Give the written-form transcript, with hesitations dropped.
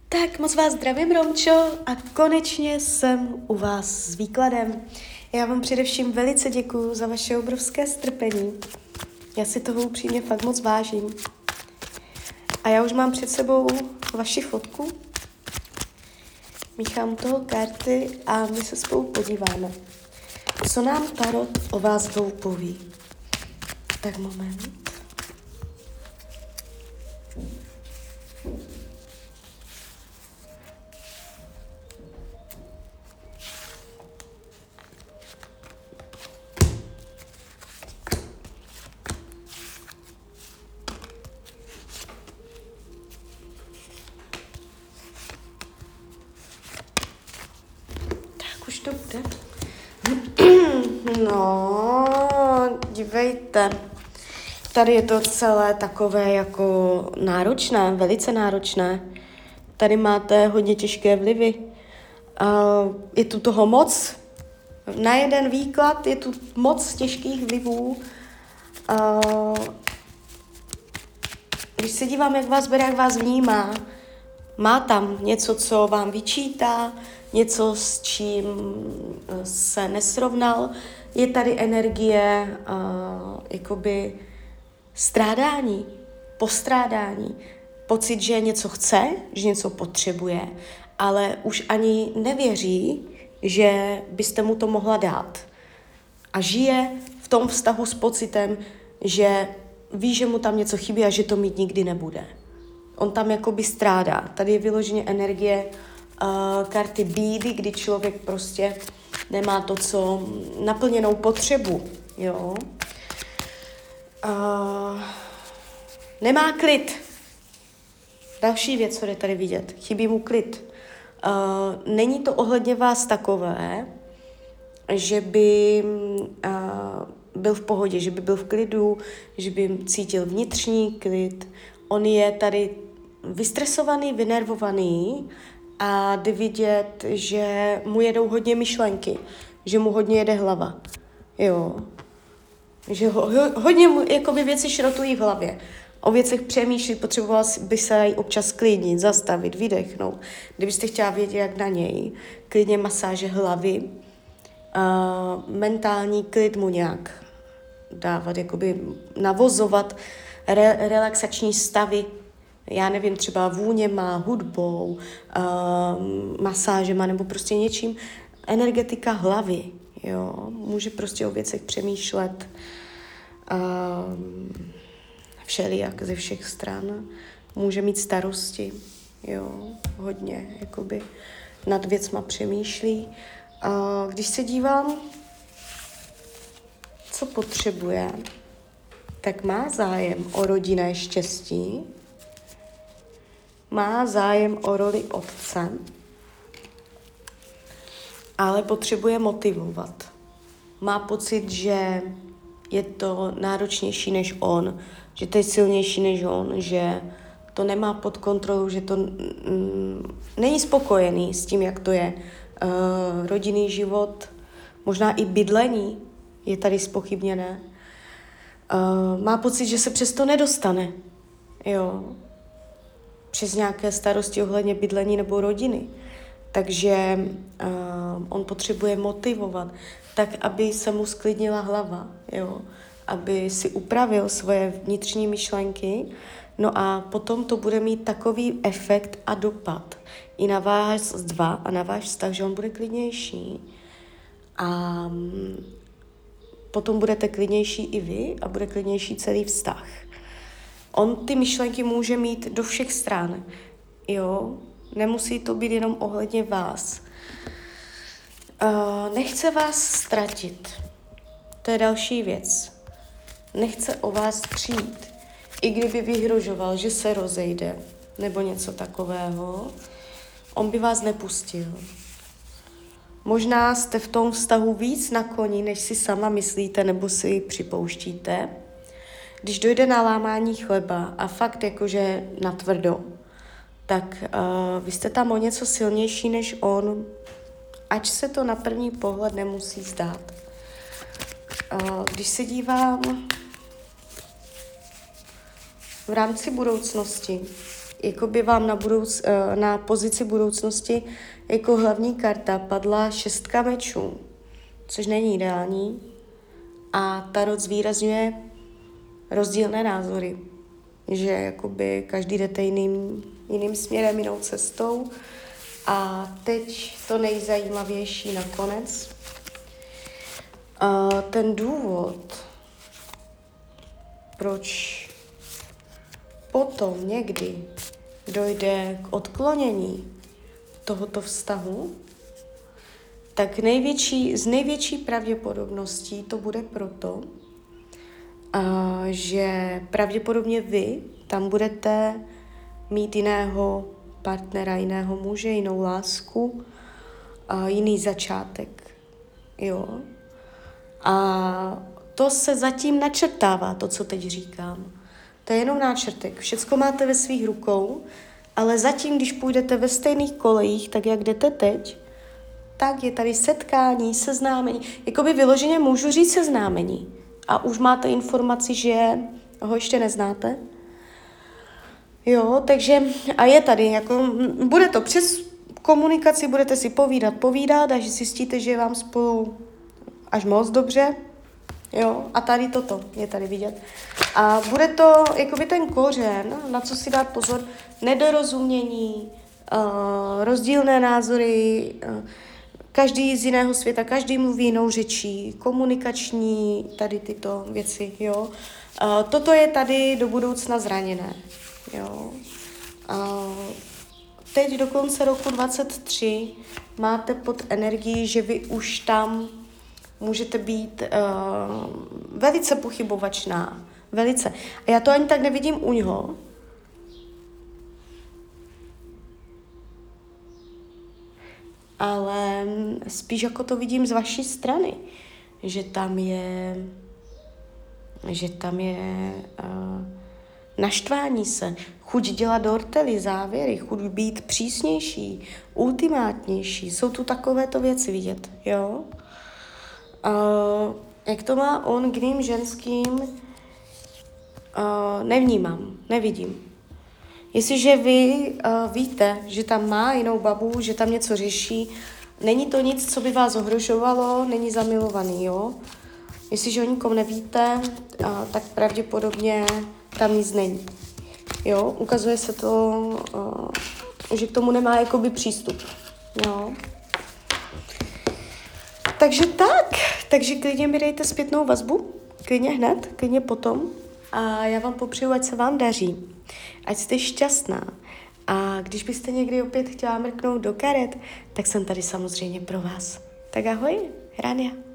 Tak moc vás zdravím, Romčo, a konečně jsem u vás s výkladem. Já vám především velice děkuju za vaše obrovské strpení. Já si toho upřímně fakt moc vážím. A já už mám před sebou vaši fotku. Míchám toho karty a my se spolu podíváme, co nám tarot o vás dvou poví. Tak moment. Tak už to bude. No, dívejte. Tady je to celé takové jako náročné, velice náročné. Tady máte hodně těžké vlivy. Je tu toho moc. Na jeden výklad je tu moc těžkých vlivů. Když se dívám, jak vás bere, jak vás vnímá, má tam něco, co vám vyčítá, něco, s čím se nesrovnal. Je tady energie jakoby strádání, postrádání, pocit, že něco chce, že něco potřebuje, ale už ani nevěří, že byste mu to mohla dát. A žije v tom vztahu s pocitem, že ví, že mu tam něco chybí a že to mít nikdy nebude. On tam jakoby strádá. Tady je vyloženě energie karty bídy, kdy člověk prostě nemá to, co naplněnou potřebu. Jo? Nemá klid. Další věc, co jde tady vidět. Chybí mu klid. Není to ohledně vás takové, že by byl v pohodě, že by byl v klidu, že by cítil vnitřní klid. On je tady vystresovaný, vynervovaný a jde vidět, že mu jedou hodně myšlenky, že mu hodně jede hlava. Jo. Že hodně mu jakoby věci šrotují v hlavě. O věcech přemýšlí, potřeboval by se občas klidnit, zastavit, vydechnout. Kdybyste chtěla vědět, jak na něj, klidně masáže hlavy, mentální klid mu nějak dávat, jakoby navozovat relaxační stavy, já nevím, třeba vůněma, hudbou, masážema nebo prostě něčím. Energetika hlavy, jo, může prostě o věcech přemýšlet všelijak ze všech stran, může mít starosti, jo, hodně, jakoby nad věcma přemýšlí. Když se dívám, co potřebuje, tak má zájem o rodinné štěstí, má zájem o roli otce, ale potřebuje motivovat. Má pocit, že je to náročnější než on, že to je silnější než on, že to nemá pod kontrolou, že to není spokojený s tím, jak to je. Rodinný život, možná i bydlení je tady zpochybněné. Má pocit, že se přesto nedostane. Jo. Přes nějaké starosti ohledně bydlení nebo rodiny. Takže on potřebuje motivovat tak, aby se mu sklidnila hlava, jo? Aby si upravil svoje vnitřní myšlenky, no a potom to bude mít takový efekt a dopad i na vás dva a na váš vztah, že on bude klidnější a potom budete klidnější i vy a bude klidnější celý vztah. On ty myšlenky může mít do všech stran, jo? Nemusí to být jenom ohledně vás. Nechce vás ztratit. To je další věc. Nechce o vás přijít. I kdyby vyhrožoval, že se rozejde, nebo něco takového, on by vás nepustil. Možná jste v tom vztahu víc na koni, než si sama myslíte, nebo si připouštíte. Když dojde na lámání chleba a fakt jakože natvrdo, tak vy jste tam o něco silnější než on, ač se to na první pohled nemusí zdát. Když se dívám v rámci budoucnosti, jakoby vám na pozici budoucnosti jako hlavní karta padla 6 mečů, což není ideální. A tarot zvýrazňuje rozdílné názory, že jakoby každý jdete jiným směrem, jinou cestou. A teď to nejzajímavější nakonec. Ten důvod, proč potom někdy dojde k odklonění tohoto vztahu, tak z největší pravděpodobností to bude proto, že pravděpodobně vy tam budete mít jiného partnera, jiného muže, jinou lásku, jiný začátek. Jo. A to se zatím načrtává, to, co teď říkám. To je jenom náčrtek. Všecko máte ve svých rukou, ale zatím, když půjdete ve stejných kolejích, tak jak jdete teď, tak je tady setkání, seznámení. Jakoby vyloženě můžu říct seznámení. A už máte informaci, že ho ještě neznáte. Jo, takže a je tady, jako bude to přes komunikaci, budete si povídat, až zjistíte, že je vám spolu až moc dobře. Jo, a tady toto je tady vidět. A bude to, jakoby ten kořen, na co si dát pozor, nedorozumění, rozdílné názory, každý z jiného světa, každý mluví jinou řečí, komunikační, tady tyto věci, jo. Toto je tady do budoucna zraněné, jo. Teď do konce roku 2023 máte pod energií, že vy už tam můžete být velice pochybovačná, velice. A já to ani tak nevidím u něho, ale spíš jako to vidím z vaší strany, že tam je naštvání se, chuť dělat dortely, závěry, chuť být přísnější, ultimátnější. Jsou tu takovéto věci vidět, jo? Jak to má on k jiným ženským, nevnímám, nevidím. Jestliže vy víte, že tam má jinou babu, že tam něco řeší, není to nic, co by vás ohrožovalo, není zamilovaný, jo? Jestliže o nikom nevíte, tak pravděpodobně tam nic není. Jo? Ukazuje se to, že k tomu nemá jakoby přístup. Jo? Takže klidně mi dejte zpětnou vazbu, klidně hned, klidně potom a já vám popřeju, ať se vám daří, ať jste šťastná a když byste někdy opět chtěla mrknout do karet, tak jsem tady samozřejmě pro vás. Tak ahoj, Rania.